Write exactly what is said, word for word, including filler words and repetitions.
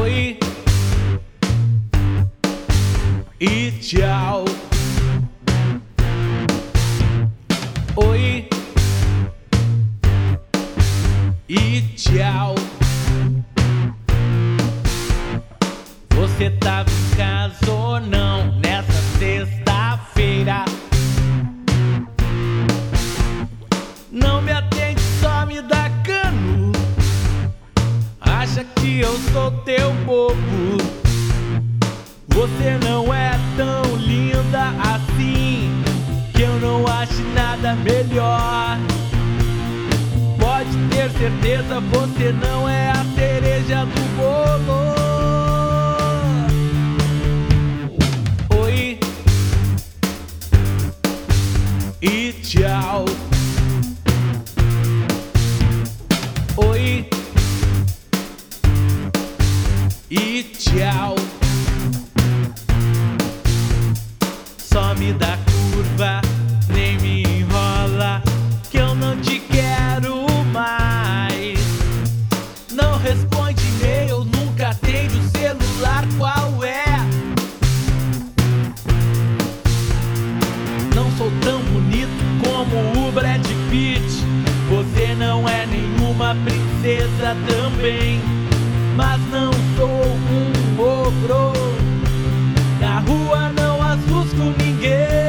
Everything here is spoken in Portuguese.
Oi e tchau. Oi e tchau. Você tava em casa ou não nessa sexta-feira? Não me atende, só me dá cano. Acha que eu sou teu bobo? Você não é tão linda assim, que eu não acho nada melhor. Pode ter certeza, você não é a cereja do bolo. Oi e tchau. Oi e tchau. Só me dá curva, nem me enrola, que eu não te quero mais. Não responde e-mail, nunca atende o celular, qual é? Não sou tão bonito como o Brad Pitt. Você não é nenhuma princesa também, mas não sou um ogro. Na rua não assusto ninguém.